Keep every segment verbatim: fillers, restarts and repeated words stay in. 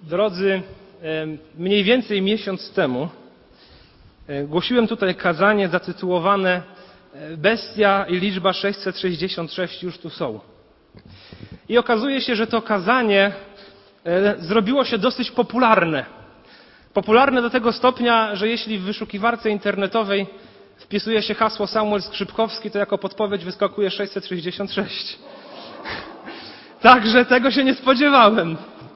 Drodzy, mniej więcej miesiąc temu głosiłem tutaj kazanie zatytułowane Bestia i liczba sześćset sześćdziesiąt sześć już tu są. I okazuje się, że to kazanie zrobiło się dosyć popularne. Popularne do tego stopnia, że jeśli w wyszukiwarce internetowej wpisuje się hasło Samuel Skrzypkowski, to jako podpowiedź wyskakuje sześćset sześćdziesiąt sześć. Także tego się nie spodziewałem.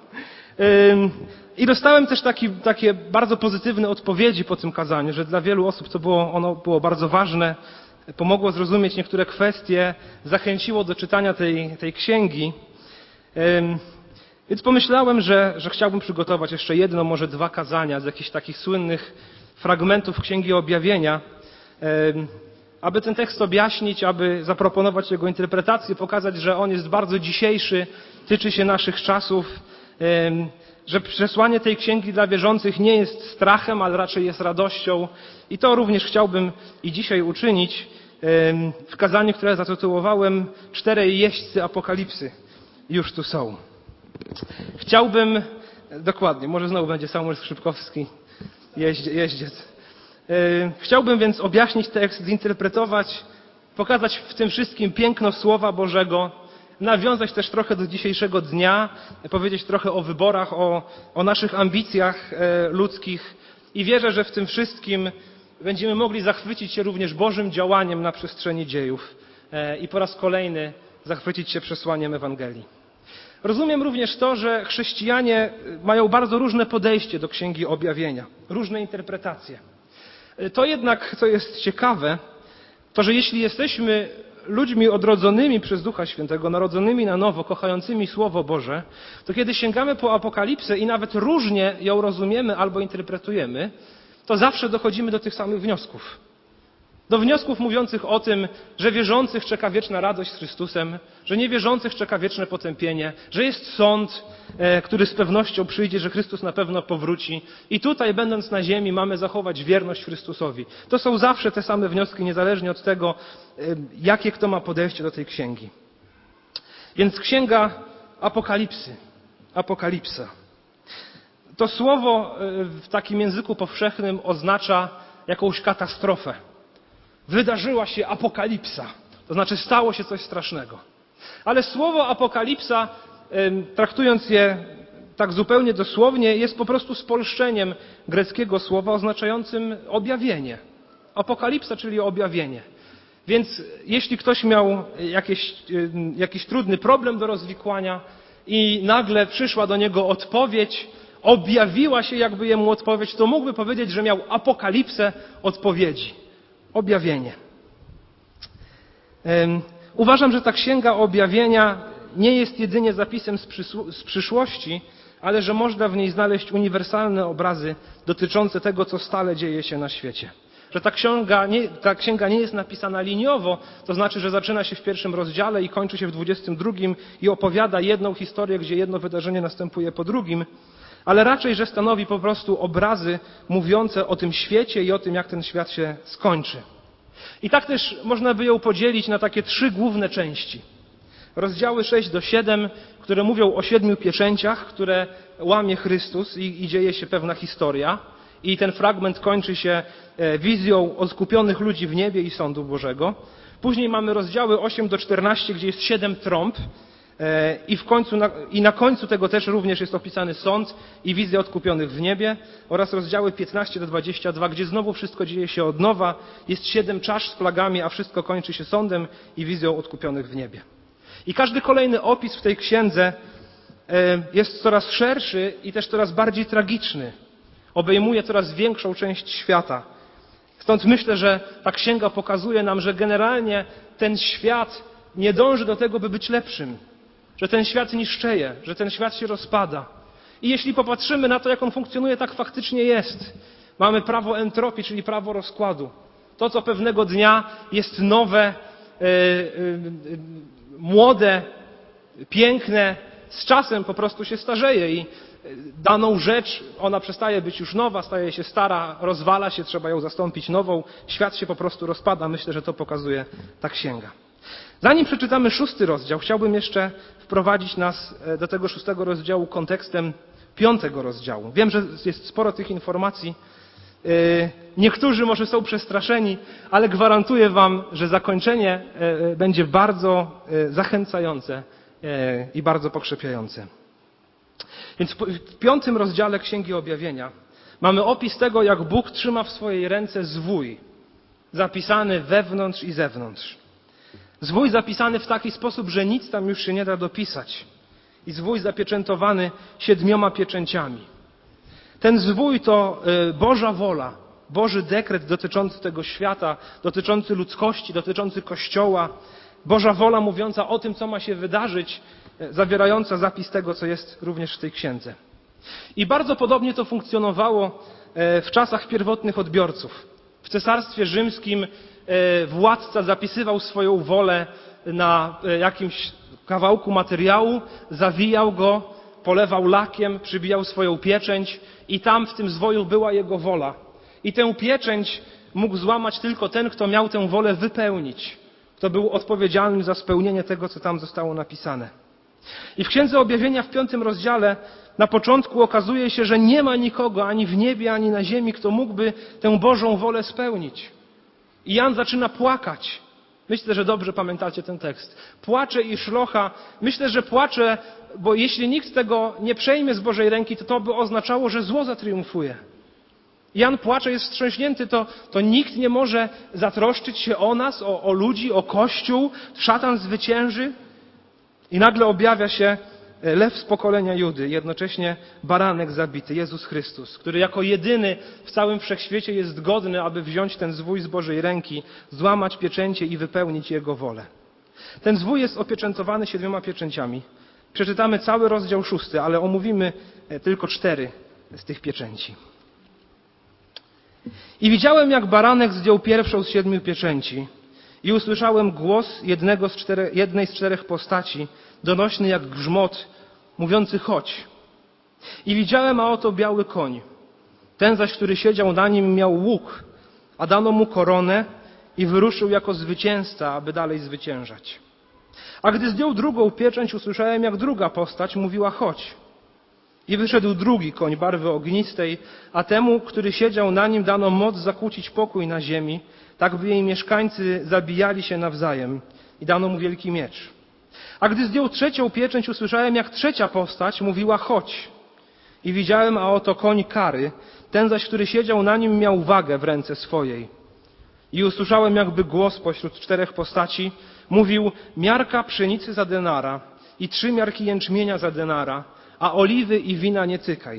I dostałem też taki, takie bardzo pozytywne odpowiedzi po tym kazaniu, że dla wielu osób to było, ono było bardzo ważne, pomogło zrozumieć niektóre kwestie, zachęciło do czytania tej, tej księgi. Więc pomyślałem, że, że chciałbym przygotować jeszcze jedno, może dwa kazania z jakichś takich słynnych fragmentów Księgi Objawienia, aby ten tekst objaśnić, aby zaproponować jego interpretację, pokazać, że on jest bardzo dzisiejszy, tyczy się naszych czasów, że przesłanie tej księgi dla wierzących nie jest strachem, ale raczej jest radością. I to również chciałbym i dzisiaj uczynić w kazaniu, które zatytułowałem Czterej jeźdźcy apokalipsy już tu są. Chciałbym, dokładnie, może znowu będzie Samuel Skrzypkowski, jeździec. Chciałbym więc objaśnić tekst, zinterpretować, pokazać w tym wszystkim piękno Słowa Bożego, nawiązać też trochę do dzisiejszego dnia, powiedzieć trochę o wyborach, o, o naszych ambicjach ludzkich i wierzę, że w tym wszystkim będziemy mogli zachwycić się również Bożym działaniem na przestrzeni dziejów i po raz kolejny zachwycić się przesłaniem Ewangelii. Rozumiem również to, że chrześcijanie mają bardzo różne podejście do Księgi Objawienia, różne interpretacje. To jednak, co jest ciekawe, to że jeśli jesteśmy ludźmi odrodzonymi przez Ducha Świętego, narodzonymi na nowo, kochającymi Słowo Boże, to kiedy sięgamy po Apokalipsę i nawet różnie ją rozumiemy albo interpretujemy, to zawsze dochodzimy do tych samych wniosków. Do wniosków mówiących o tym, że wierzących czeka wieczna radość z Chrystusem, że niewierzących czeka wieczne potępienie, że jest sąd, który z pewnością przyjdzie, że Chrystus na pewno powróci. I tutaj, będąc na ziemi, mamy zachować wierność Chrystusowi. To są zawsze te same wnioski, niezależnie od tego, jakie kto ma podejście do tej księgi. Więc księga Apokalipsy, Apokalipsa. To słowo w takim języku powszechnym oznacza jakąś katastrofę. Wydarzyła się apokalipsa, to znaczy stało się coś strasznego. Ale słowo apokalipsa, traktując je tak zupełnie dosłownie, jest po prostu spolszczeniem greckiego słowa oznaczającym objawienie. Apokalipsa, czyli objawienie. Więc jeśli ktoś miał jakieś, jakiś trudny problem do rozwikłania i nagle przyszła do niego odpowiedź, objawiła się jakby jemu odpowiedź, to mógłby powiedzieć, że miał apokalipsę odpowiedzi. Objawienie. Uważam, że ta księga objawienia nie jest jedynie zapisem z, przysł- z przyszłości, ale że można w niej znaleźć uniwersalne obrazy dotyczące tego, co stale dzieje się na świecie. Że ta księga, nie, ta księga nie jest napisana liniowo, to znaczy, że zaczyna się w pierwszym rozdziale i kończy się w dwudziestym drugim i opowiada jedną historię, gdzie jedno wydarzenie następuje po drugim, ale raczej, że stanowi po prostu obrazy mówiące o tym świecie i o tym, jak ten świat się skończy. I tak też można by ją podzielić na takie trzy główne części. Rozdziały sześć do siedem, które mówią o siedmiu pieczęciach, które łamie Chrystus i, i dzieje się pewna historia. I ten fragment kończy się wizją oskupionych ludzi w niebie i sądu Bożego. Później mamy rozdziały osiem do czternastu, gdzie jest siedem trąb. I, w końcu, I na końcu tego też również jest opisany sąd i wizja odkupionych w niebie oraz rozdziały piętnaście do dwudziestu dwóch, gdzie znowu wszystko dzieje się od nowa, jest siedem czasz z plagami, a wszystko kończy się sądem i wizją odkupionych w niebie. I każdy kolejny opis w tej księdze jest coraz szerszy i też coraz bardziej tragiczny. Obejmuje coraz większą część świata. Stąd myślę, że ta księga pokazuje nam, że generalnie ten świat nie dąży do tego, by być lepszym. Że ten świat niszczeje, że ten świat się rozpada. I jeśli popatrzymy na to, jak on funkcjonuje, tak faktycznie jest. Mamy prawo entropii, czyli prawo rozkładu. To, co pewnego dnia jest nowe, yy, yy, młode, piękne, z czasem po prostu się starzeje i daną rzecz, ona przestaje być już nowa, staje się stara, rozwala się, trzeba ją zastąpić nową. Świat się po prostu rozpada. Myślę, że to pokazuje ta księga. Zanim przeczytamy szósty rozdział, chciałbym jeszcze wprowadzić nas do tego szóstego rozdziału kontekstem piątego rozdziału. Wiem, że jest sporo tych informacji. Niektórzy może są przestraszeni, ale gwarantuję wam, że zakończenie będzie bardzo zachęcające i bardzo pokrzepiające. Więc w piątym rozdziale Księgi Objawienia mamy opis tego, jak Bóg trzyma w swojej ręce zwój, zapisany wewnątrz i zewnątrz. Zwój zapisany w taki sposób, że nic tam już się nie da dopisać. I zwój zapieczętowany siedmioma pieczęciami. Ten zwój to Boża wola, Boży dekret dotyczący tego świata, dotyczący ludzkości, dotyczący Kościoła. Boża wola mówiąca o tym, co ma się wydarzyć, zawierająca zapis tego, co jest również w tej księdze. I bardzo podobnie to funkcjonowało w czasach pierwotnych odbiorców. W Cesarstwie Rzymskim władca zapisywał swoją wolę na jakimś kawałku materiału, zawijał go, polewał lakiem, przybijał swoją pieczęć i tam w tym zwoju była jego wola. I tę pieczęć mógł złamać tylko ten, kto miał tę wolę wypełnić, kto był odpowiedzialny za spełnienie tego, co tam zostało napisane. I w Księdze Objawienia w piątym rozdziale na początku okazuje się, że nie ma nikogo ani w niebie, ani na ziemi, kto mógłby tę Bożą wolę spełnić. I Jan zaczyna płakać. Myślę, że dobrze pamiętacie ten tekst. Płacze i szlocha. Myślę, że płacze, bo jeśli nikt tego nie przejmie z Bożej ręki, to to by oznaczało, że zło zatriumfuje. Jan płacze, jest wstrząśnięty, to, to nikt nie może zatroszczyć się o nas, o, o ludzi, o Kościół. Szatan zwycięży. I nagle objawia się lew z pokolenia Judy, jednocześnie baranek zabity, Jezus Chrystus, który jako jedyny w całym wszechświecie jest godny, aby wziąć ten zwój z Bożej ręki, złamać pieczęcie i wypełnić Jego wolę. Ten zwój jest opieczętowany siedmioma pieczęciami. Przeczytamy cały rozdział szósty, ale omówimy tylko cztery z tych pieczęci. I widziałem, jak baranek zdjął pierwszą z siedmiu pieczęci i usłyszałem głos jednego z czterech, jednej z czterech postaci, donośny jak grzmot, mówiący chodź. I widziałem, a oto biały koń. Ten zaś, który siedział na nim, miał łuk, a dano mu koronę i wyruszył jako zwycięzca, aby dalej zwyciężać. A gdy zdjął drugą pieczęć, usłyszałem, jak druga postać mówiła chodź. I wyszedł drugi koń barwy ognistej, a temu, który siedział na nim, dano moc zakłócić pokój na ziemi, tak by jej mieszkańcy zabijali się nawzajem. I dano mu wielki miecz. A gdy zdjął trzecią pieczęć, usłyszałem, jak trzecia postać mówiła chodź. I widziałem, a oto koń kary, ten zaś, który siedział na nim, miał wagę w ręce swojej. I usłyszałem jakby głos pośród czterech postaci, mówił, miarka pszenicy za denara i trzy miarki jęczmienia za denara, a oliwy i wina nie cykaj.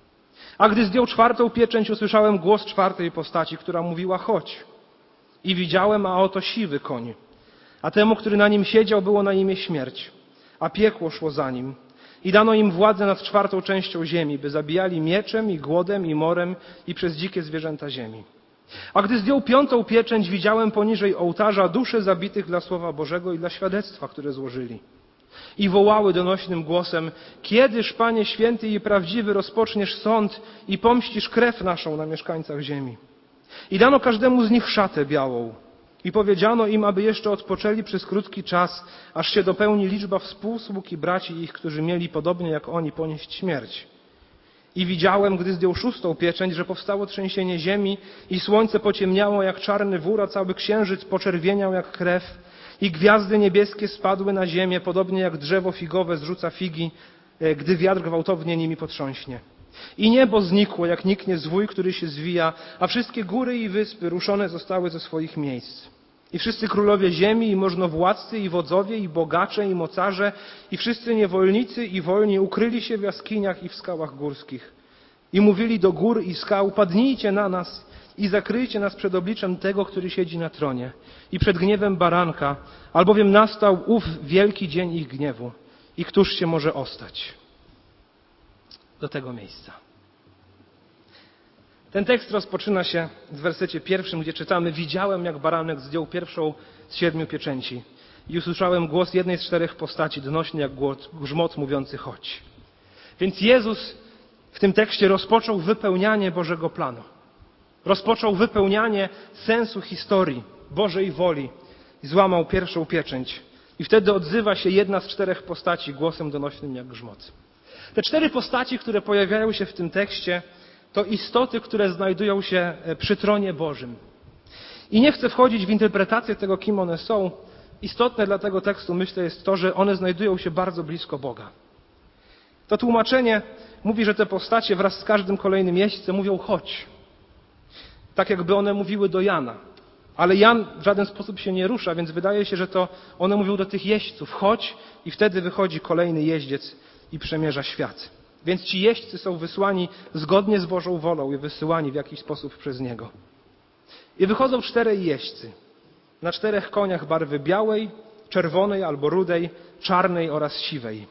A gdy zdjął czwartą pieczęć, usłyszałem głos czwartej postaci, która mówiła chodź. I widziałem, a oto siwy koń. A temu, który na nim siedział, było na imię śmierć, a piekło szło za nim. I dano im władzę nad czwartą częścią ziemi, by zabijali mieczem i głodem i morem i przez dzikie zwierzęta ziemi. A gdy zdjął piątą pieczęć, widziałem poniżej ołtarza dusze zabitych dla Słowa Bożego i dla świadectwa, które złożyli. I wołały donośnym głosem, kiedyż, Panie święty i prawdziwy, rozpoczniesz sąd i pomścisz krew naszą na mieszkańcach ziemi. I dano każdemu z nich szatę białą. I powiedziano im, aby jeszcze odpoczęli przez krótki czas, aż się dopełni liczba współsług i braci ich, którzy mieli podobnie jak oni ponieść śmierć. I widziałem, gdy zdjął szóstą pieczęć, że powstało trzęsienie ziemi i słońce pociemniało jak czarny wór, a cały księżyc poczerwieniał jak krew i gwiazdy niebieskie spadły na ziemię, podobnie jak drzewo figowe zrzuca figi, gdy wiatr gwałtownie nimi potrząśnie. I niebo znikło, jak niknie zwój, który się zwija, a wszystkie góry i wyspy ruszone zostały ze swoich miejsc. I wszyscy królowie ziemi, i możnowładcy, i wodzowie, i bogacze, i mocarze, i wszyscy niewolnicy i wolni ukryli się w jaskiniach i w skałach górskich. I mówili do gór i skał, padnijcie na nas i zakryjcie nas przed obliczem tego, który siedzi na tronie i przed gniewem baranka, albowiem nastał ów wielki dzień ich gniewu. I któż się może ostać do tego miejsca? Ten tekst rozpoczyna się w wersecie pierwszym, gdzie czytamy: widziałem, jak baranek zdjął pierwszą z siedmiu pieczęci i usłyszałem głos jednej z czterech postaci, donośny jak głos, grzmot mówiący chodź. Więc Jezus w tym tekście rozpoczął wypełnianie Bożego planu. Rozpoczął wypełnianie sensu historii, Bożej woli i złamał pierwszą pieczęć. I wtedy odzywa się jedna z czterech postaci głosem donośnym jak grzmot. Te cztery postaci, które pojawiają się w tym tekście, to istoty, które znajdują się przy tronie Bożym. I nie chcę wchodzić w interpretację tego, kim one są. Istotne dla tego tekstu, myślę, jest to, że one znajdują się bardzo blisko Boga. To tłumaczenie mówi, że te postacie wraz z każdym kolejnym jeźdźcem mówią chodź. Tak jakby one mówiły do Jana. Ale Jan w żaden sposób się nie rusza, więc wydaje się, że to one mówią do tych jeźdźców chodź i wtedy wychodzi kolejny jeździec i przemierza świat. Więc ci jeźdźcy są wysłani zgodnie z Bożą wolą i wysyłani w jakiś sposób przez Niego. I wychodzą czterej jeźdźcy. Na czterech koniach barwy białej, czerwonej albo rudej, czarnej oraz siwej.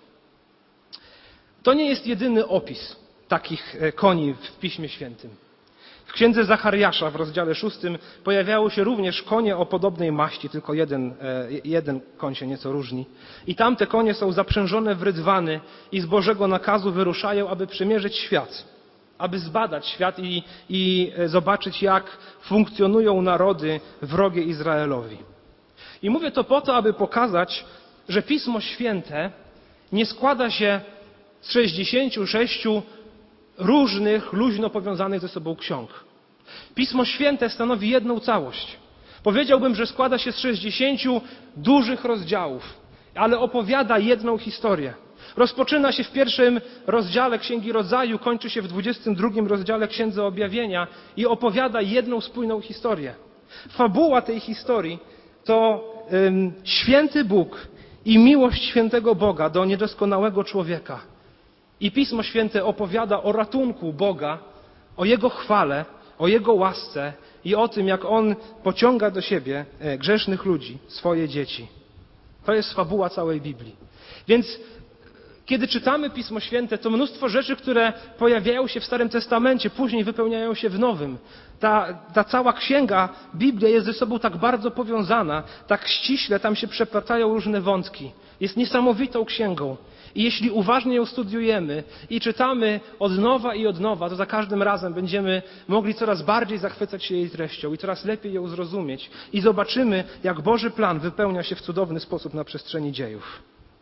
To nie jest jedyny opis takich koni w Piśmie Świętym. W księdze Zachariasza w rozdziale szóstym pojawiały się również konie o podobnej maści, tylko jeden, jeden koń się nieco różni. I tamte konie są zaprzężone w rydwany i z Bożego nakazu wyruszają, aby przemierzyć świat, aby zbadać świat i, i zobaczyć, jak funkcjonują narody wrogie Izraelowi. I mówię to po to, aby pokazać, że Pismo Święte nie składa się z sześćdziesięciu sześciu różnych, luźno powiązanych ze sobą ksiąg. Pismo Święte stanowi jedną całość. Powiedziałbym, że składa się z sześćdziesięciu dużych rozdziałów, ale opowiada jedną historię. Rozpoczyna się w pierwszym rozdziale Księgi Rodzaju, kończy się w dwudziestym drugim rozdziale Księdze Objawienia i opowiada jedną spójną historię. Fabuła tej historii to ym, święty Bóg i miłość świętego Boga do niedoskonałego człowieka. I Pismo Święte opowiada o ratunku Boga, o Jego chwale, o Jego łasce i o tym, jak On pociąga do siebie grzesznych ludzi, swoje dzieci. To jest fabuła całej Biblii. Więc kiedy czytamy Pismo Święte, to mnóstwo rzeczy, które pojawiają się w Starym Testamencie, później wypełniają się w Nowym. Ta, ta cała księga, Biblia jest ze sobą tak bardzo powiązana, tak ściśle tam się przeplatają różne wątki. Jest niesamowitą księgą. I jeśli uważnie ją studiujemy i czytamy od nowa i od nowa, to za każdym razem będziemy mogli coraz bardziej zachwycać się jej treścią i coraz lepiej ją zrozumieć. I zobaczymy, jak Boży plan wypełnia się w cudowny sposób na przestrzeni dziejów.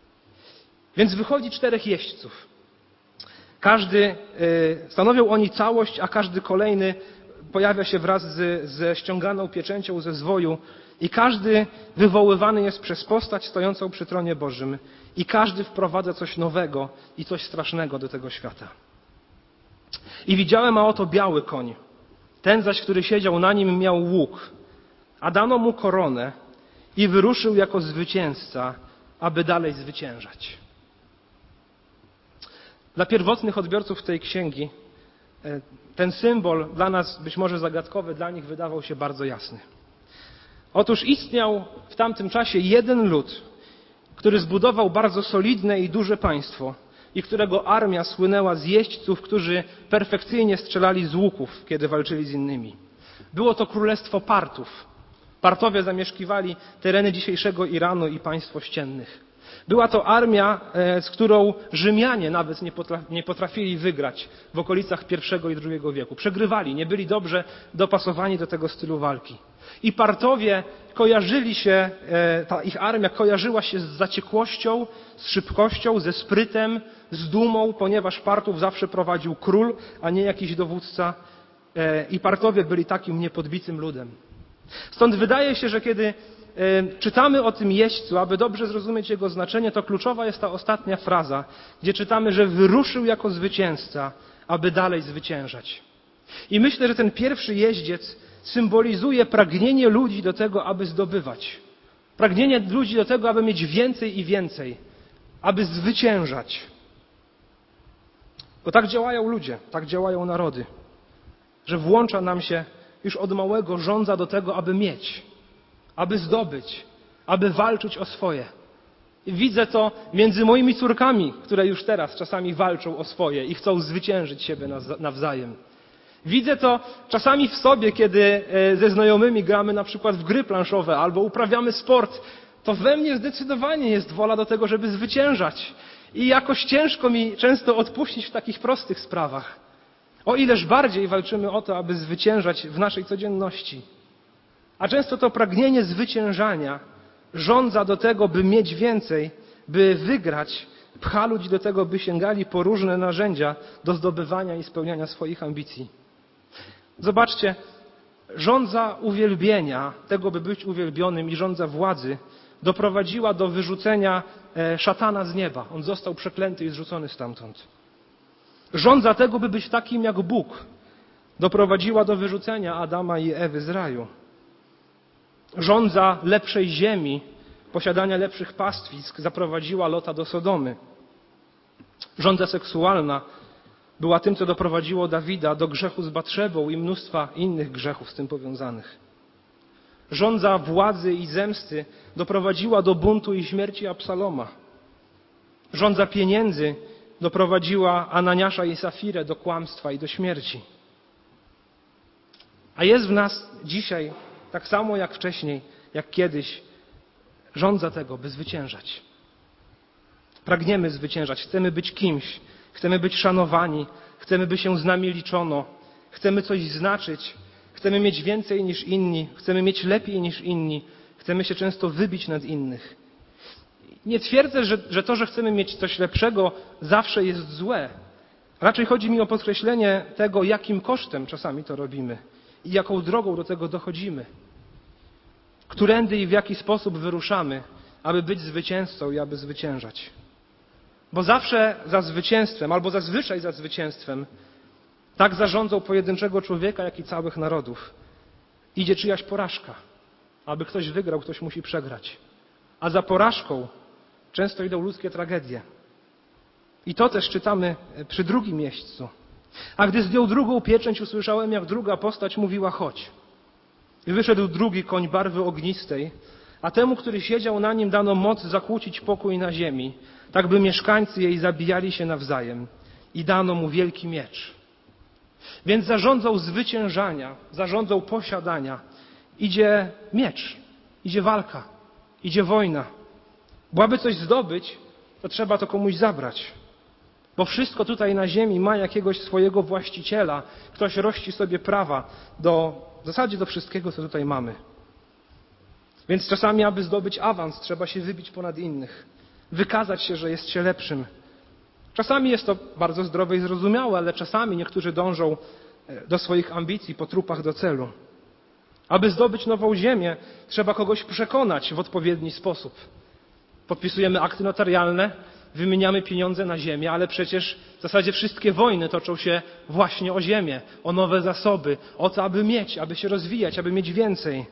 Więc wychodzi czterech jeźdźców. Każdy, stanowią oni całość, a każdy kolejny pojawia się wraz z, ze ściąganą pieczęcią ze zwoju i każdy wywoływany jest przez postać stojącą przy tronie Bożym i każdy wprowadza coś nowego i coś strasznego do tego świata. I widziałem, a oto biały koń. Ten zaś, który siedział na nim, miał łuk, a dano mu koronę i wyruszył jako zwycięzca, aby dalej zwyciężać. Dla pierwotnych odbiorców tej księgi ten symbol, dla nas być może zagadkowy, dla nich wydawał się bardzo jasny. Otóż istniał w tamtym czasie jeden lud, który zbudował bardzo solidne i duże państwo i którego armia słynęła z jeźdźców, którzy perfekcyjnie strzelali z łuków, kiedy walczyli z innymi. Było to królestwo Partów. Partowie zamieszkiwali tereny dzisiejszego Iranu i państw ościennych. Była to armia, z którą Rzymianie nawet nie potrafili wygrać w okolicach pierwszego i drugiego wieku. Przegrywali, nie byli dobrze dopasowani do tego stylu walki. I Partowie kojarzyli się, ta ich armia kojarzyła się z zaciekłością, z szybkością, ze sprytem, z dumą, ponieważ Partów zawsze prowadził król, a nie jakiś dowódca. I Partowie byli takim niepodbitym ludem. Stąd wydaje się, że kiedy czytamy o tym jeźdźcu, aby dobrze zrozumieć jego znaczenie, to kluczowa jest ta ostatnia fraza, gdzie czytamy, że wyruszył jako zwycięzca, aby dalej zwyciężać. I myślę, że ten pierwszy jeździec symbolizuje pragnienie ludzi do tego, aby zdobywać. Pragnienie ludzi do tego, aby mieć więcej i więcej, aby zwyciężać. Bo tak działają ludzie, tak działają narody, że włącza nam się już od małego żądza do tego, aby mieć, aby zdobyć, aby walczyć o swoje. I widzę to między moimi córkami, które już teraz czasami walczą o swoje i chcą zwyciężyć siebie nawzajem. Widzę to czasami w sobie, kiedy ze znajomymi gramy na przykład w gry planszowe albo uprawiamy sport. To we mnie zdecydowanie jest wola do tego, żeby zwyciężać. I jakoś ciężko mi często odpuścić w takich prostych sprawach. O ileż bardziej walczymy o to, aby zwyciężać w naszej codzienności. A często to pragnienie zwyciężania żądza do tego, by mieć więcej, by wygrać, Pcha ludzi do tego, by sięgali po różne narzędzia do zdobywania i spełniania swoich ambicji. Zobaczcie, żądza uwielbienia, tego by być uwielbionym i żądza władzy doprowadziła do wyrzucenia szatana z nieba. On został przeklęty i zrzucony stamtąd. Żądza tego, by być takim jak Bóg, doprowadziła do wyrzucenia Adama i Ewy z raju. Żądza lepszej ziemi, posiadania lepszych pastwisk zaprowadziła Lota do Sodomy. Żądza seksualna była tym, co doprowadziło Dawida do grzechu z Batszebą i mnóstwa innych grzechów z tym powiązanych. Żądza władzy i zemsty doprowadziła do buntu i śmierci Absaloma. Żądza pieniędzy doprowadziła Ananiasza i Safirę do kłamstwa i do śmierci. A jest w nas dzisiaj, tak samo jak wcześniej, jak kiedyś, żądza tego, by zwyciężać. Pragniemy zwyciężać, chcemy być kimś, chcemy być szanowani, chcemy, by się z nami liczono, chcemy coś znaczyć, chcemy mieć więcej niż inni, chcemy mieć lepiej niż inni, chcemy się często wybić nad innych. Nie twierdzę, że, że to, że chcemy mieć coś lepszego, zawsze jest złe. Raczej chodzi mi o podkreślenie tego, jakim kosztem czasami to robimy i jaką drogą do tego dochodzimy. Którędy i w jaki sposób wyruszamy, aby być zwycięzcą i aby zwyciężać. Bo zawsze za zwycięstwem, albo zazwyczaj za zwycięstwem, tak za rządzą pojedynczego człowieka, jak i całych narodów, idzie czyjaś porażka. Aby ktoś wygrał, ktoś musi przegrać. A za porażką często idą ludzkie tragedie. I to też czytamy przy drugim miejscu. A gdy zdjął drugą pieczęć, usłyszałem, jak druga postać mówiła: chodź. I wyszedł drugi koń barwy ognistej, a temu, który siedział na nim, dano moc zakłócić pokój na ziemi, tak by mieszkańcy jej zabijali się nawzajem. I dano mu wielki miecz. Więc zarządzał zwyciężania, zarządzał posiadania. Idzie miecz, idzie walka, idzie wojna. Bo aby coś zdobyć, to trzeba to komuś zabrać. Bo wszystko tutaj na ziemi ma jakiegoś swojego właściciela. Ktoś rości sobie prawa do, w zasadzie do wszystkiego, co tutaj mamy. Więc czasami, aby zdobyć awans, trzeba się wybić ponad innych. Wykazać się, że jest się lepszym. Czasami jest to bardzo zdrowe i zrozumiałe, ale czasami niektórzy dążą do swoich ambicji po trupach do celu. Aby zdobyć nową ziemię, trzeba kogoś przekonać w odpowiedni sposób. Podpisujemy akty notarialne, wymieniamy pieniądze na ziemię, ale przecież w zasadzie wszystkie wojny toczą się właśnie o ziemię, o nowe zasoby, o to, aby mieć, aby się rozwijać, aby mieć więcej.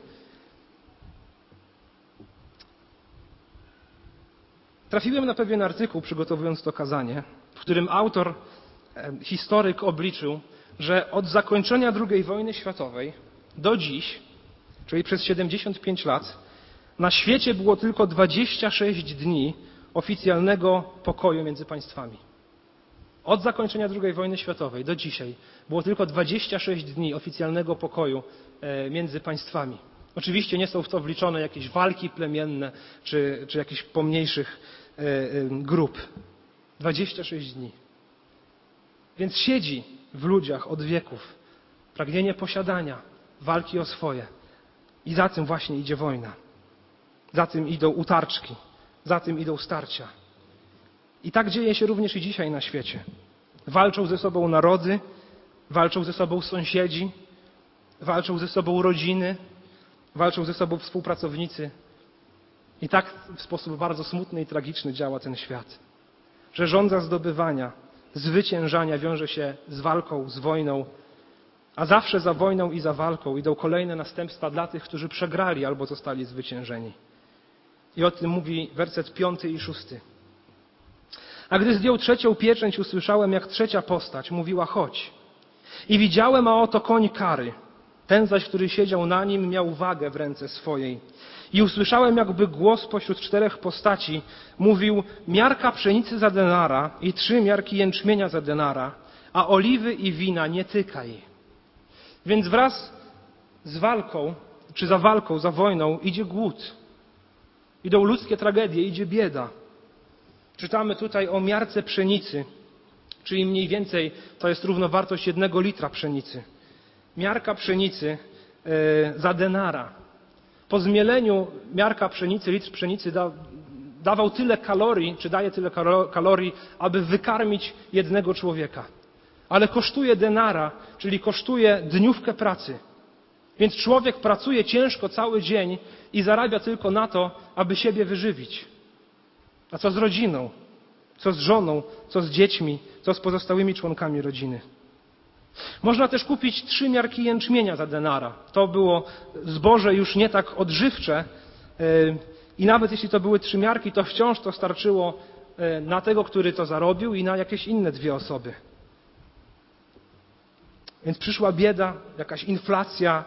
Trafiłem na pewien artykuł, przygotowując to kazanie, w którym autor, historyk obliczył, że od zakończenia drugiej wojny światowej do dziś, czyli przez siedemdziesiąt pięć lat, na świecie było tylko dwadzieścia sześć dni oficjalnego pokoju między państwami. Od zakończenia drugiej wojny światowej do dzisiaj było tylko dwadzieścia sześć dni oficjalnego pokoju między państwami. Oczywiście nie są w to wliczone jakieś walki plemienne czy, czy jakichś pomniejszych grup. dwadzieścia sześć dni. Więc siedzi w ludziach od wieków pragnienie posiadania, walki o swoje. I za tym właśnie idzie wojna. Za tym idą utarczki. Za tym idą starcia. I tak dzieje się również i dzisiaj na świecie. Walczą ze sobą narody, walczą ze sobą sąsiedzi, walczą ze sobą rodziny, walczą ze sobą współpracownicy. I tak w sposób bardzo smutny i tragiczny działa ten świat. Że żądza zdobywania, zwyciężania wiąże się z walką, z wojną, a zawsze za wojną i za walką idą kolejne następstwa dla tych, którzy przegrali albo zostali zwyciężeni. I o tym mówi werset piąty i szósty. A gdy zdjął trzecią pieczęć, usłyszałem, jak trzecia postać mówiła: chodź. I widziałem, a oto koń kary. Ten zaś, który siedział na nim, miał wagę w ręce swojej. I usłyszałem, jakby głos pośród czterech postaci mówił: miarka pszenicy za denara i trzy miarki jęczmienia za denara, a oliwy i wina nie tykaj. Więc wraz z walką, czy za walką, za wojną idzie głód. Idą ludzkie tragedie, idzie bieda. Czytamy tutaj o miarce pszenicy, czyli mniej więcej to jest równowartość jednego litra pszenicy. Miarka pszenicy za denara. Po zmieleniu miarka pszenicy, litr pszenicy da dawał tyle kalorii, czy daje tyle kalorii, aby wykarmić jednego człowieka. Ale kosztuje denara, czyli kosztuje dniówkę pracy. Więc człowiek pracuje ciężko cały dzień i zarabia tylko na to, aby siebie wyżywić. A co z rodziną? Co z żoną? Co z dziećmi? Co z pozostałymi członkami rodziny? Można też kupić trzy miarki jęczmienia za denara. To było zboże już nie tak odżywcze i nawet jeśli to były trzy miarki, to wciąż to starczyło na tego, który to zarobił i na jakieś inne dwie osoby. Więc przyszła bieda, jakaś inflacja,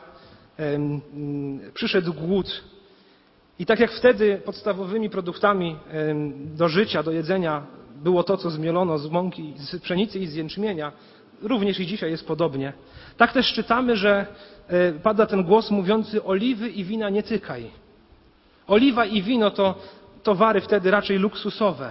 przyszedł głód. I tak jak wtedy podstawowymi produktami do życia, do jedzenia było to, co zmielono z mąki, z pszenicy i z jęczmienia, również i dzisiaj jest podobnie. Tak też czytamy, że pada ten głos mówiący: oliwy i wina nie tykaj. Oliwa i wino to towary wtedy raczej luksusowe.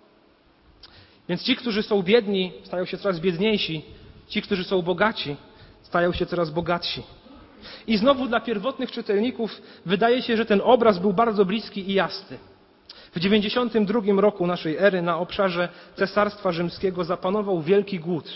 Więc ci, którzy są biedni, stają się coraz biedniejsi. Ci, którzy są bogaci, stają się coraz bogatsi. I znowu dla pierwotnych czytelników wydaje się, że ten obraz był bardzo bliski i jasny. W dziewięćdziesiątym drugim roku naszej ery na obszarze Cesarstwa Rzymskiego zapanował wielki głód.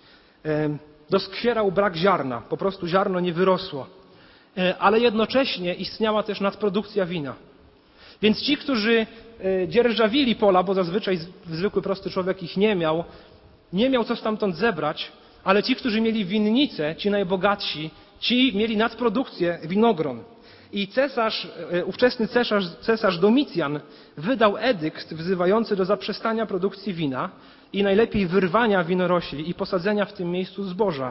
Doskwierał brak ziarna, po prostu ziarno nie wyrosło. Ale jednocześnie istniała też nadprodukcja wina. Więc ci, którzy dzierżawili pola, bo zazwyczaj zwykły prosty człowiek ich nie miał, nie miał co stamtąd zebrać, ale ci, którzy mieli winnice, ci najbogatsi, ci mieli nadprodukcję winogron. I cesarz, ówczesny cesarz, cesarz Domicjan wydał edykt wzywający do zaprzestania produkcji wina i najlepiej wyrwania winorośli i posadzenia w tym miejscu zboża.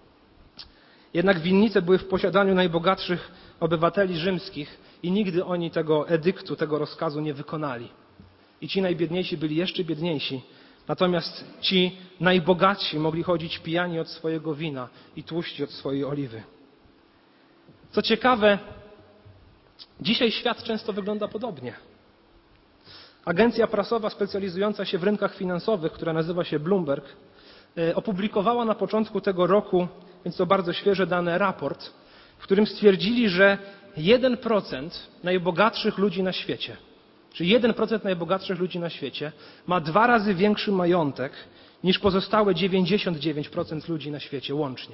Jednak winnice były w posiadaniu najbogatszych obywateli rzymskich i nigdy oni tego edyktu, tego rozkazu nie wykonali. I ci najbiedniejsi byli jeszcze biedniejsi. Natomiast ci najbogatsi mogli chodzić pijani od swojego wina i tłuści od swojej oliwy. Co ciekawe, dzisiaj świat często wygląda podobnie. Agencja prasowa specjalizująca się w rynkach finansowych, która nazywa się Bloomberg, opublikowała na początku tego roku, więc to bardzo świeże dane, raport, w którym stwierdzili, że jeden procent najbogatszych ludzi na świecie, czyli jeden procent najbogatszych ludzi na świecie ma dwa razy większy majątek niż pozostałe dziewięćdziesiąt dziewięć procent ludzi na świecie łącznie.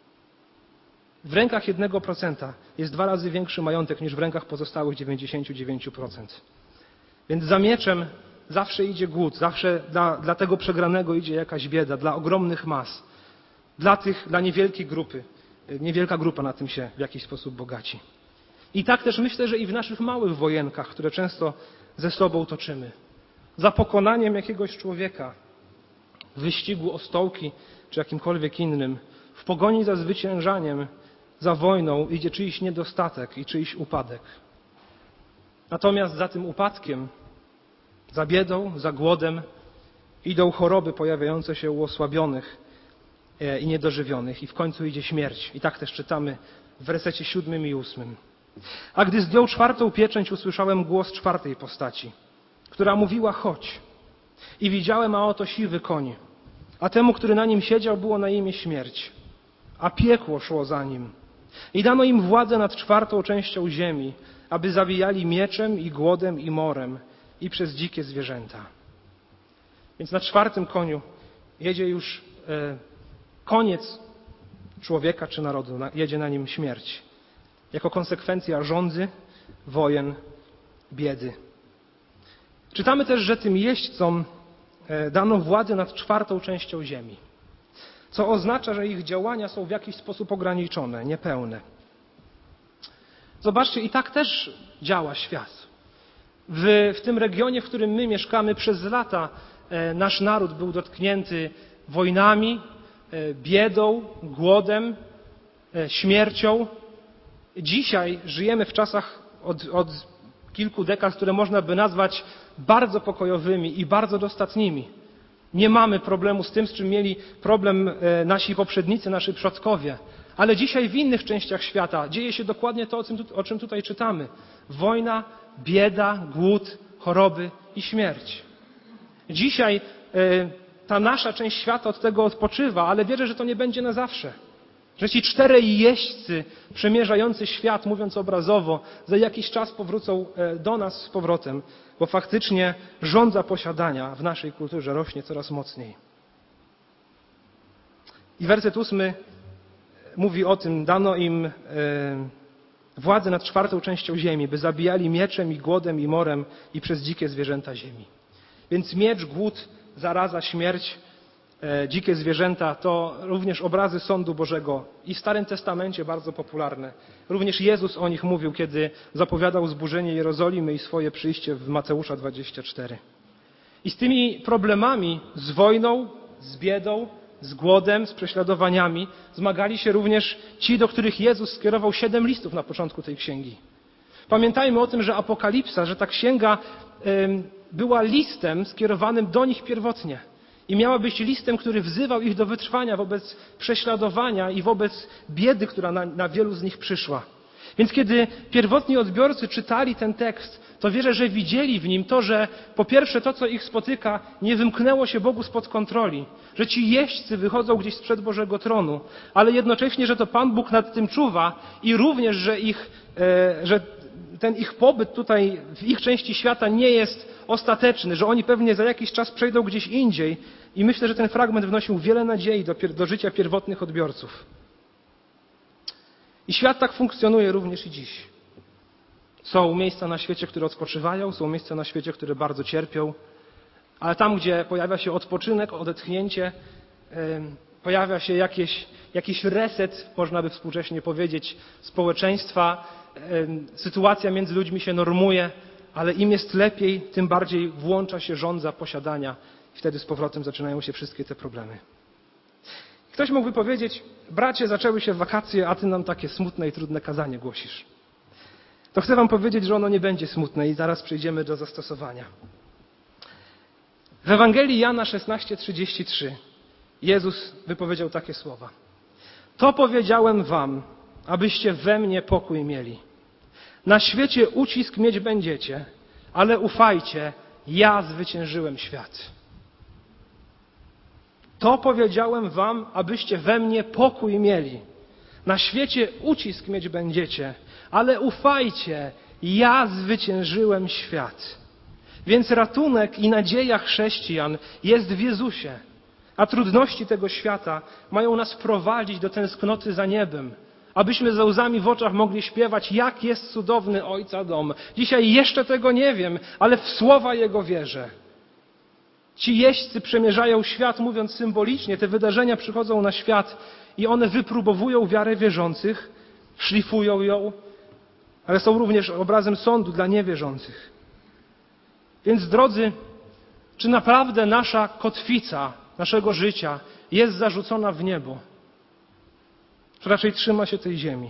W rękach jednego procenta jest dwa razy większy majątek niż w rękach pozostałych dziewięćdziesiąt dziewięć procent. Więc za mieczem zawsze idzie głód, zawsze dla, dla tego przegranego idzie jakaś bieda, dla ogromnych mas, dla tych, dla niewielkiej grupy. Niewielka grupa na tym się w jakiś sposób bogaci. I tak też myślę, że i w naszych małych wojenkach, które często ze sobą toczymy. Za pokonaniem jakiegoś człowieka w wyścigu o stołki czy jakimkolwiek innym, w pogoni za zwyciężaniem, za wojną idzie czyjś niedostatek i czyjś upadek. Natomiast za tym upadkiem, za biedą, za głodem idą choroby pojawiające się u osłabionych i niedożywionych i w końcu idzie śmierć. I tak też czytamy w wersecie siódmym i ósmym. A gdy zdjął czwartą pieczęć, usłyszałem głos czwartej postaci, która mówiła: chodź. I widziałem, a oto siwy koń, a temu, który na nim siedział, było na imię śmierć, a piekło szło za nim. I dano im władzę nad czwartą częścią ziemi, aby zabijali mieczem i głodem i morem i przez dzikie zwierzęta. Więc na czwartym koniu jedzie już e, koniec człowieka czy narodu, na, jedzie na nim śmierć. Jako konsekwencja żądzy, wojen, biedy. Czytamy też, że tym jeźdźcom dano władzę nad czwartą częścią ziemi, co oznacza, że ich działania są w jakiś sposób ograniczone, niepełne. Zobaczcie, i tak też działa świat. W, w tym regionie, w którym my mieszkamy, przez lata e, nasz naród był dotknięty wojnami, e, biedą, głodem, e, śmiercią. Dzisiaj żyjemy w czasach od, od kilku dekad, które można by nazwać bardzo pokojowymi i bardzo dostatnimi. Nie mamy problemu z tym, z czym mieli problem nasi poprzednicy, nasi przodkowie. Ale dzisiaj w innych częściach świata dzieje się dokładnie to, o czym tutaj czytamy. Wojna, bieda, głód, choroby i śmierć. Dzisiaj ta nasza część świata od tego odpoczywa, ale wierzę, że to nie będzie na zawsze. Że ci czterej jeźdźcy przemierzający świat, mówiąc obrazowo, za jakiś czas powrócą do nas z powrotem, bo faktycznie żądza posiadania w naszej kulturze rośnie coraz mocniej. I werset ósmy mówi o tym, dano im władzę nad czwartą częścią ziemi, by zabijali mieczem i głodem i morem i przez dzikie zwierzęta ziemi. Więc miecz, głód, zaraza, śmierć, dzikie zwierzęta to również obrazy sądu Bożego i w Starym Testamencie bardzo popularne. Również Jezus o nich mówił, kiedy zapowiadał zburzenie Jerozolimy i swoje przyjście w Mateusza dwudziestym czwartym. I z tymi problemami, z wojną, z biedą, z głodem, z prześladowaniami zmagali się również ci, do których Jezus skierował siedem listów na początku tej księgi. Pamiętajmy o tym, że Apokalipsa, że ta księga była listem skierowanym do nich pierwotnie. I miała być listem, który wzywał ich do wytrwania wobec prześladowania i wobec biedy, która na, na wielu z nich przyszła. Więc kiedy pierwotni odbiorcy czytali ten tekst, to wierzę, że widzieli w nim to, że po pierwsze to, co ich spotyka, nie wymknęło się Bogu spod kontroli, że ci jeźdźcy wychodzą gdzieś sprzed Bożego tronu, ale jednocześnie, że to Pan Bóg nad tym czuwa i również, że, ich, e, że ten ich pobyt tutaj w ich części świata nie jest ostateczny, że oni pewnie za jakiś czas przejdą gdzieś indziej i myślę, że ten fragment wnosił wiele nadziei do, do życia pierwotnych odbiorców. I świat tak funkcjonuje również i dziś. Są miejsca na świecie, które odpoczywają, są miejsca na świecie, które bardzo cierpią, ale tam, gdzie pojawia się odpoczynek, odetchnięcie, yy, pojawia się jakieś, jakiś reset, można by współcześnie powiedzieć, społeczeństwa, yy, sytuacja między ludźmi się normuje, ale im jest lepiej, tym bardziej włącza się żądza posiadania i wtedy z powrotem zaczynają się wszystkie te problemy. Ktoś mógłby powiedzieć, bracie, zaczęły się wakacje, a ty nam takie smutne i trudne kazanie głosisz. To chcę wam powiedzieć, że ono nie będzie smutne i zaraz przejdziemy do zastosowania. W Ewangelii Jana szesnaście trzydzieści trzy Jezus wypowiedział takie słowa. To powiedziałem wam, abyście we mnie pokój mieli. Na świecie ucisk mieć będziecie, ale ufajcie, ja zwyciężyłem świat. To powiedziałem wam, abyście we mnie pokój mieli. Na świecie ucisk mieć będziecie, ale ufajcie, ja zwyciężyłem świat. Więc ratunek i nadzieja chrześcijan jest w Jezusie, a trudności tego świata mają nas prowadzić do tęsknoty za niebem, abyśmy ze łzami w oczach mogli śpiewać, jak jest cudowny Ojca dom. Dzisiaj jeszcze tego nie wiem, ale w słowa Jego wierzę. Ci jeźdźcy przemierzają świat, mówiąc symbolicznie, te wydarzenia przychodzą na świat i one wypróbowują wiarę wierzących, szlifują ją, ale są również obrazem sądu dla niewierzących. Więc drodzy, czy naprawdę nasza kotwica naszego życia jest zarzucona w niebo? Czy raczej trzyma się tej ziemi?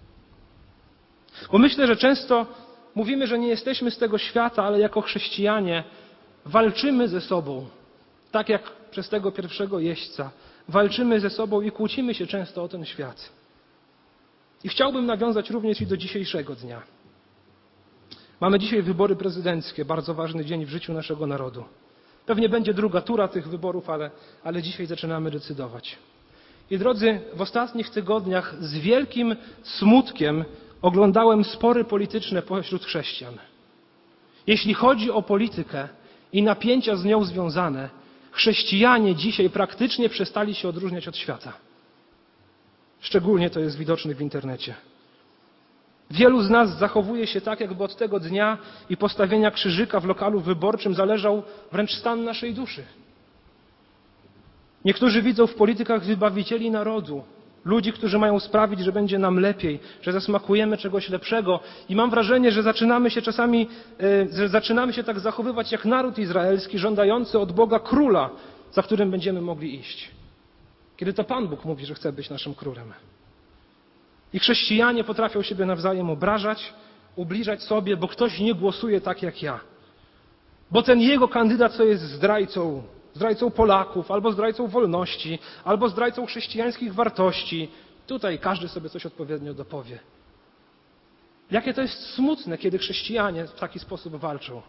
Bo myślę, że często mówimy, że nie jesteśmy z tego świata, ale jako chrześcijanie walczymy ze sobą, tak jak przez tego pierwszego jeźdźca. Walczymy ze sobą i kłócimy się często o ten świat. I chciałbym nawiązać również i do dzisiejszego dnia. Mamy dzisiaj wybory prezydenckie, bardzo ważny dzień w życiu naszego narodu. Pewnie będzie druga tura tych wyborów, ale, ale dzisiaj zaczynamy decydować. I drodzy, w ostatnich tygodniach z wielkim smutkiem oglądałem spory polityczne pośród chrześcijan. Jeśli chodzi o politykę i napięcia z nią związane, chrześcijanie dzisiaj praktycznie przestali się odróżniać od świata. Szczególnie to jest widoczne w internecie. Wielu z nas zachowuje się tak, jakby od tego dnia i postawienia krzyżyka w lokalu wyborczym zależał wręcz stan naszej duszy. Niektórzy widzą w politykach wybawicieli narodu, ludzi, którzy mają sprawić, że będzie nam lepiej, że zasmakujemy czegoś lepszego. I mam wrażenie, że zaczynamy się czasami, że zaczynamy się tak zachowywać jak naród izraelski, żądający od Boga króla, za którym będziemy mogli iść. Kiedy to Pan Bóg mówi, że chce być naszym królem. I chrześcijanie potrafią siebie nawzajem obrażać, ubliżać sobie, bo ktoś nie głosuje tak jak ja. Bo ten jego kandydat to jest zdrajcą, zdrajcą Polaków, albo zdrajcą wolności, albo zdrajcą chrześcijańskich wartości. Tutaj każdy sobie coś odpowiednio dopowie. Jakie to jest smutne, kiedy chrześcijanie w taki sposób walczą.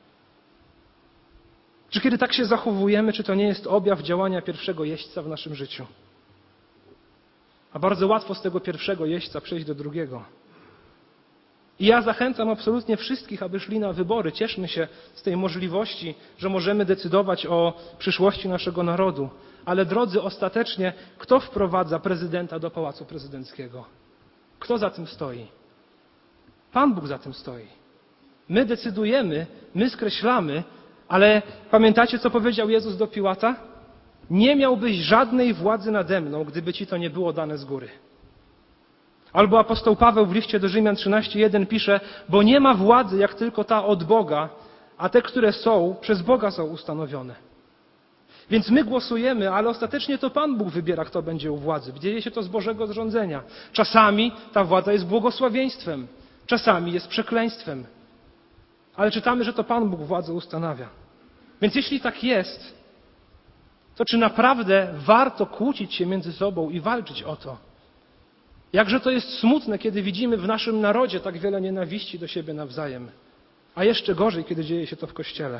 Czy kiedy tak się zachowujemy, czy to nie jest objaw działania pierwszego jeźdźca w naszym życiu? A bardzo łatwo z tego pierwszego jeźdźca przejść do drugiego. I ja zachęcam absolutnie wszystkich, aby szli na wybory. Cieszmy się z tej możliwości, że możemy decydować o przyszłości naszego narodu. Ale drodzy, ostatecznie, kto wprowadza prezydenta do Pałacu Prezydenckiego? Kto za tym stoi? Pan Bóg za tym stoi. My decydujemy, my skreślamy, ale pamiętacie, co powiedział Jezus do Piłata? Nie miałbyś żadnej władzy nade mną, gdyby ci to nie było dane z góry. Albo apostoł Paweł w liście do Rzymian trzynaście jeden pisze, bo nie ma władzy jak tylko ta od Boga, a te, które są, przez Boga są ustanowione. Więc my głosujemy, ale ostatecznie to Pan Bóg wybiera, kto będzie u władzy. Dzieje się to z Bożego zrządzenia. Czasami ta władza jest błogosławieństwem, czasami jest przekleństwem. Ale czytamy, że to Pan Bóg władzę ustanawia. Więc jeśli tak jest, to czy naprawdę warto kłócić się między sobą i walczyć o to? Jakże to jest smutne, kiedy widzimy w naszym narodzie tak wiele nienawiści do siebie nawzajem. A jeszcze gorzej, kiedy dzieje się to w Kościele.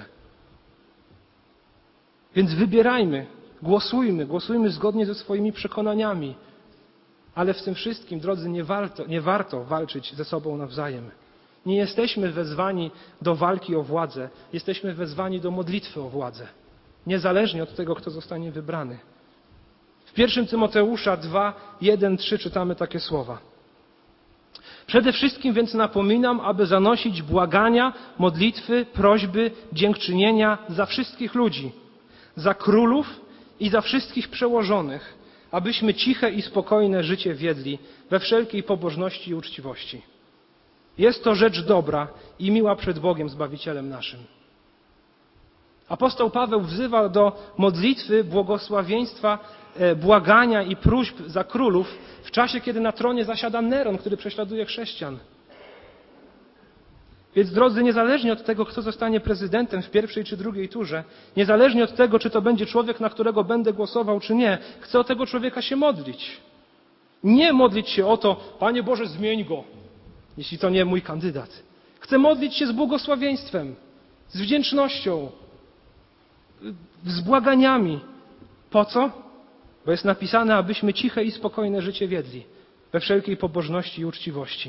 Więc wybierajmy, głosujmy, głosujmy zgodnie ze swoimi przekonaniami. Ale w tym wszystkim, drodzy, nie warto, nie warto walczyć ze sobą nawzajem. Nie jesteśmy wezwani do walki o władzę, jesteśmy wezwani do modlitwy o władzę. Niezależnie od tego, kto zostanie wybrany. W pierwszym Tymoteusza dwa, jeden, trzy czytamy takie słowa. Przede wszystkim więc napominam, aby zanosić błagania, modlitwy, prośby, dziękczynienia za wszystkich ludzi, za królów i za wszystkich przełożonych, abyśmy ciche i spokojne życie wiedli we wszelkiej pobożności i uczciwości. Jest to rzecz dobra i miła przed Bogiem Zbawicielem naszym. Apostoł Paweł wzywa do modlitwy, błogosławieństwa, błagania i próśb za królów w czasie, kiedy na tronie zasiada Neron, który prześladuje chrześcijan. Więc drodzy, niezależnie od tego, kto zostanie prezydentem w pierwszej czy drugiej turze, niezależnie od tego, czy to będzie człowiek, na którego będę głosował, czy nie, chcę o tego człowieka się modlić. Nie modlić się o to, Panie Boże, zmień go, jeśli to nie mój kandydat. Chcę modlić się z błogosławieństwem, z wdzięcznością, z błaganiami. Po co? Bo jest napisane, abyśmy ciche i spokojne życie wiedli, we wszelkiej pobożności i uczciwości.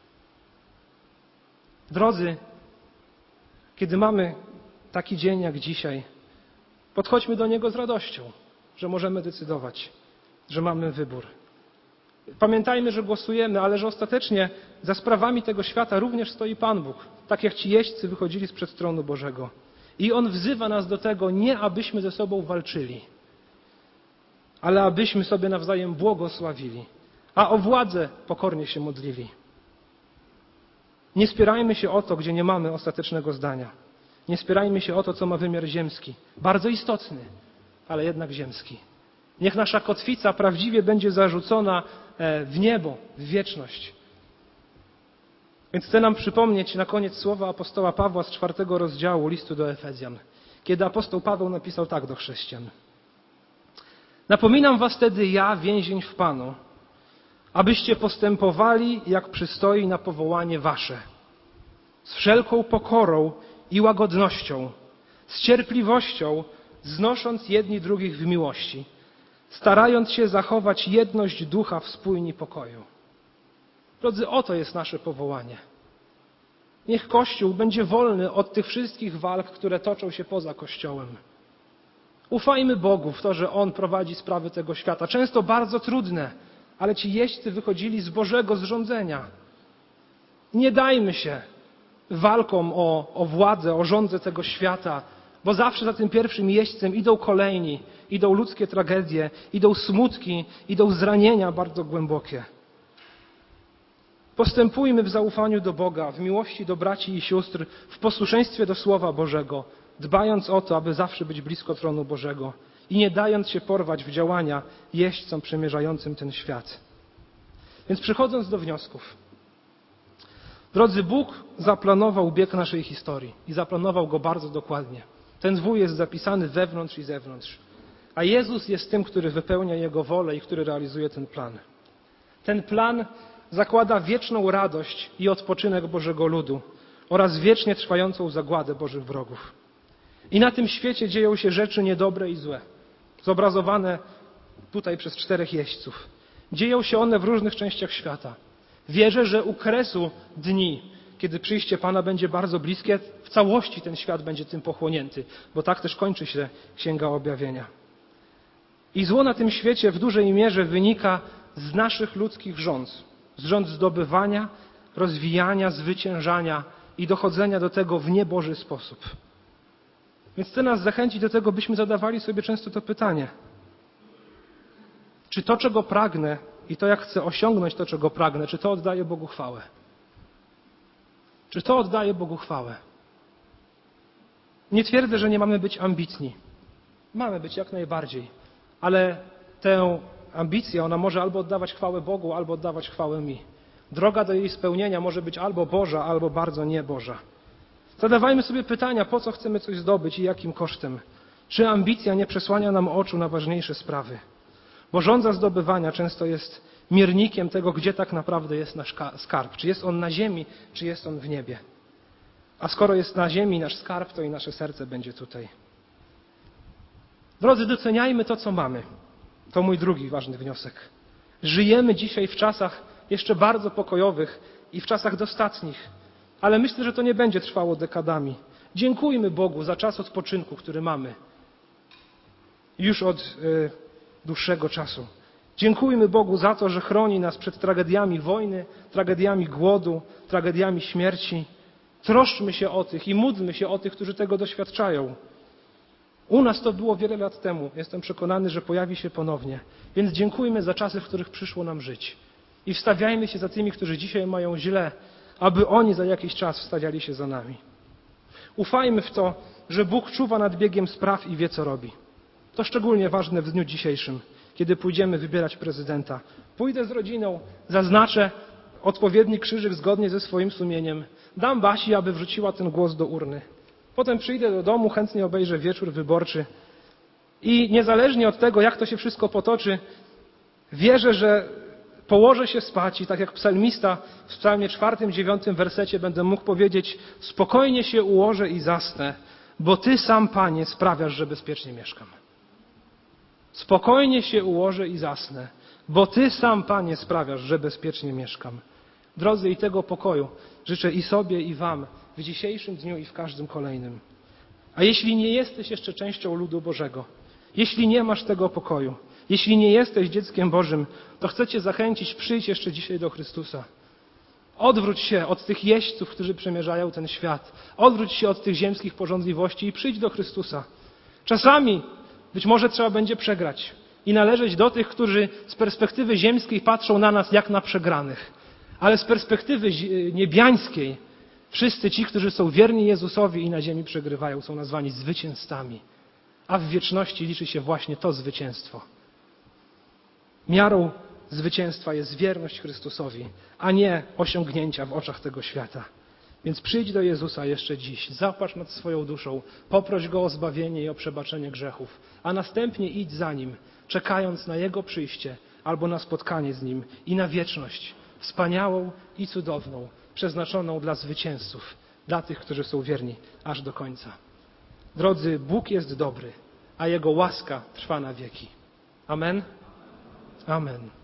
Drodzy, kiedy mamy taki dzień jak dzisiaj, podchodźmy do niego z radością, że możemy decydować, że mamy wybór. Pamiętajmy, że głosujemy, ale że ostatecznie za sprawami tego świata również stoi Pan Bóg, tak jak ci jeźdźcy wychodzili sprzed tronu Bożego. I On wzywa nas do tego, nie abyśmy ze sobą walczyli, ale abyśmy sobie nawzajem błogosławili, a o władzę pokornie się modlili. Nie spierajmy się o to, gdzie nie mamy ostatecznego zdania. Nie spierajmy się o to, co ma wymiar ziemski. Bardzo istotny, ale jednak ziemski. Niech nasza kotwica prawdziwie będzie zarzucona w niebo, w wieczność. Więc chcę nam przypomnieć na koniec słowa apostoła Pawła z czwartego rozdziału listu do Efezjan, kiedy apostoł Paweł napisał tak do chrześcijan. Napominam was wtedy ja, więzień w Panu, abyście postępowali, jak przystoi na powołanie wasze, z wszelką pokorą i łagodnością, z cierpliwością, znosząc jedni drugich w miłości, starając się zachować jedność ducha w spójni pokoju. Drodzy, oto jest nasze powołanie. Niech Kościół będzie wolny od tych wszystkich walk, które toczą się poza Kościołem. Ufajmy Bogu w to, że On prowadzi sprawy tego świata. Często bardzo trudne, ale ci jeźdźcy wychodzili z Bożego zrządzenia. Nie dajmy się walkom o, o władzę, o rządzę tego świata, bo zawsze za tym pierwszym jeźdźcem idą kolejni, idą ludzkie tragedie, idą smutki, idą zranienia bardzo głębokie. Postępujmy w zaufaniu do Boga, w miłości do braci i sióstr, w posłuszeństwie do Słowa Bożego, dbając o to, aby zawsze być blisko tronu Bożego i nie dając się porwać w działania jeźdźcom przemierzającym ten świat. Więc przechodząc do wniosków. Drodzy, Bóg zaplanował bieg naszej historii i zaplanował go bardzo dokładnie. Ten wój jest zapisany wewnątrz i zewnątrz. A Jezus jest tym, który wypełnia Jego wolę i który realizuje ten plan. Ten plan zakłada wieczną radość i odpoczynek Bożego ludu oraz wiecznie trwającą zagładę Bożych wrogów. I na tym świecie dzieją się rzeczy niedobre i złe, zobrazowane tutaj przez czterech jeźdźców. Dzieją się one w różnych częściach świata. Wierzę, że u kresu dni, kiedy przyjście Pana będzie bardzo bliskie, w całości ten świat będzie tym pochłonięty, bo tak też kończy się Księga Objawienia. I zło na tym świecie w dużej mierze wynika z naszych ludzkich rządz. Z rząd zdobywania, rozwijania, zwyciężania i dochodzenia do tego w nieboży sposób. Więc chcę nas zachęcić do tego, byśmy zadawali sobie często to pytanie. Czy to, czego pragnę i to, jak chcę osiągnąć to, czego pragnę, czy to oddaje Bogu chwałę? Czy to oddaje Bogu chwałę? Nie twierdzę, że nie mamy być ambitni. Mamy być jak najbardziej. Ale tę ambicję, ona może albo oddawać chwałę Bogu, albo oddawać chwałę mi. Droga do jej spełnienia może być albo Boża, albo bardzo nieboża. Zadawajmy sobie pytania, po co chcemy coś zdobyć i jakim kosztem. Czy ambicja nie przesłania nam oczu na ważniejsze sprawy? Bo żądza zdobywania często jest miernikiem tego, gdzie tak naprawdę jest nasz skarb. Czy jest on na ziemi, czy jest on w niebie. A skoro jest na ziemi nasz skarb, to i nasze serce będzie tutaj. Drodzy, doceniajmy to, co mamy. To mój drugi ważny wniosek. Żyjemy dzisiaj w czasach jeszcze bardzo pokojowych i w czasach dostatnich, ale myślę, że to nie będzie trwało dekadami. Dziękujmy Bogu za czas odpoczynku, który mamy już od y, dłuższego czasu. Dziękujmy Bogu za to, że chroni nas przed tragediami wojny, tragediami głodu, tragediami śmierci. Troszczmy się o tych i módlmy się o tych, którzy tego doświadczają. U nas to było wiele lat temu. Jestem przekonany, że pojawi się ponownie. Więc dziękujmy za czasy, w których przyszło nam żyć. I wstawiajmy się za tymi, którzy dzisiaj mają źle, aby oni za jakiś czas wstawiali się za nami. Ufajmy w to, że Bóg czuwa nad biegiem spraw i wie, co robi. To szczególnie ważne w dniu dzisiejszym, kiedy pójdziemy wybierać prezydenta. Pójdę z rodziną, zaznaczę odpowiedni krzyżyk zgodnie ze swoim sumieniem. Dam Basi, aby wrzuciła ten głos do urny. Potem przyjdę do domu, chętnie obejrzę wieczór wyborczy i niezależnie od tego, jak to się wszystko potoczy, wierzę, że położę się spać i tak jak psalmista w psalmie czwartym, dziewiątym wersecie będę mógł powiedzieć: spokojnie się ułożę i zasnę, bo Ty sam, Panie, sprawiasz, że bezpiecznie mieszkam. Spokojnie się ułożę i zasnę, bo Ty sam, Panie, sprawiasz, że bezpiecznie mieszkam. Drodzy, i tego pokoju życzę i sobie, i Wam w dzisiejszym dniu i w każdym kolejnym. A jeśli nie jesteś jeszcze częścią ludu Bożego, jeśli nie masz tego pokoju, jeśli nie jesteś dzieckiem Bożym, to chcę Cię zachęcić, przyjdź jeszcze dzisiaj do Chrystusa. Odwróć się od tych jeźdźców, którzy przemierzają ten świat. Odwróć się od tych ziemskich pożądliwości i przyjdź do Chrystusa. Czasami być może trzeba będzie przegrać i należeć do tych, którzy z perspektywy ziemskiej patrzą na nas jak na przegranych. Ale z perspektywy niebiańskiej wszyscy ci, którzy są wierni Jezusowi i na ziemi przegrywają, są nazwani zwycięzcami. A w wieczności liczy się właśnie to zwycięstwo. Miarą zwycięstwa jest wierność Chrystusowi, a nie osiągnięcia w oczach tego świata. Więc przyjdź do Jezusa jeszcze dziś, zapatrz nad swoją duszą, poproś Go o zbawienie i o przebaczenie grzechów, a następnie idź za Nim, czekając na Jego przyjście albo na spotkanie z Nim i na wieczność, wspaniałą i cudowną, przeznaczoną dla zwycięzców, dla tych, którzy są wierni aż do końca. Drodzy, Bóg jest dobry, a Jego łaska trwa na wieki. Amen? Amen.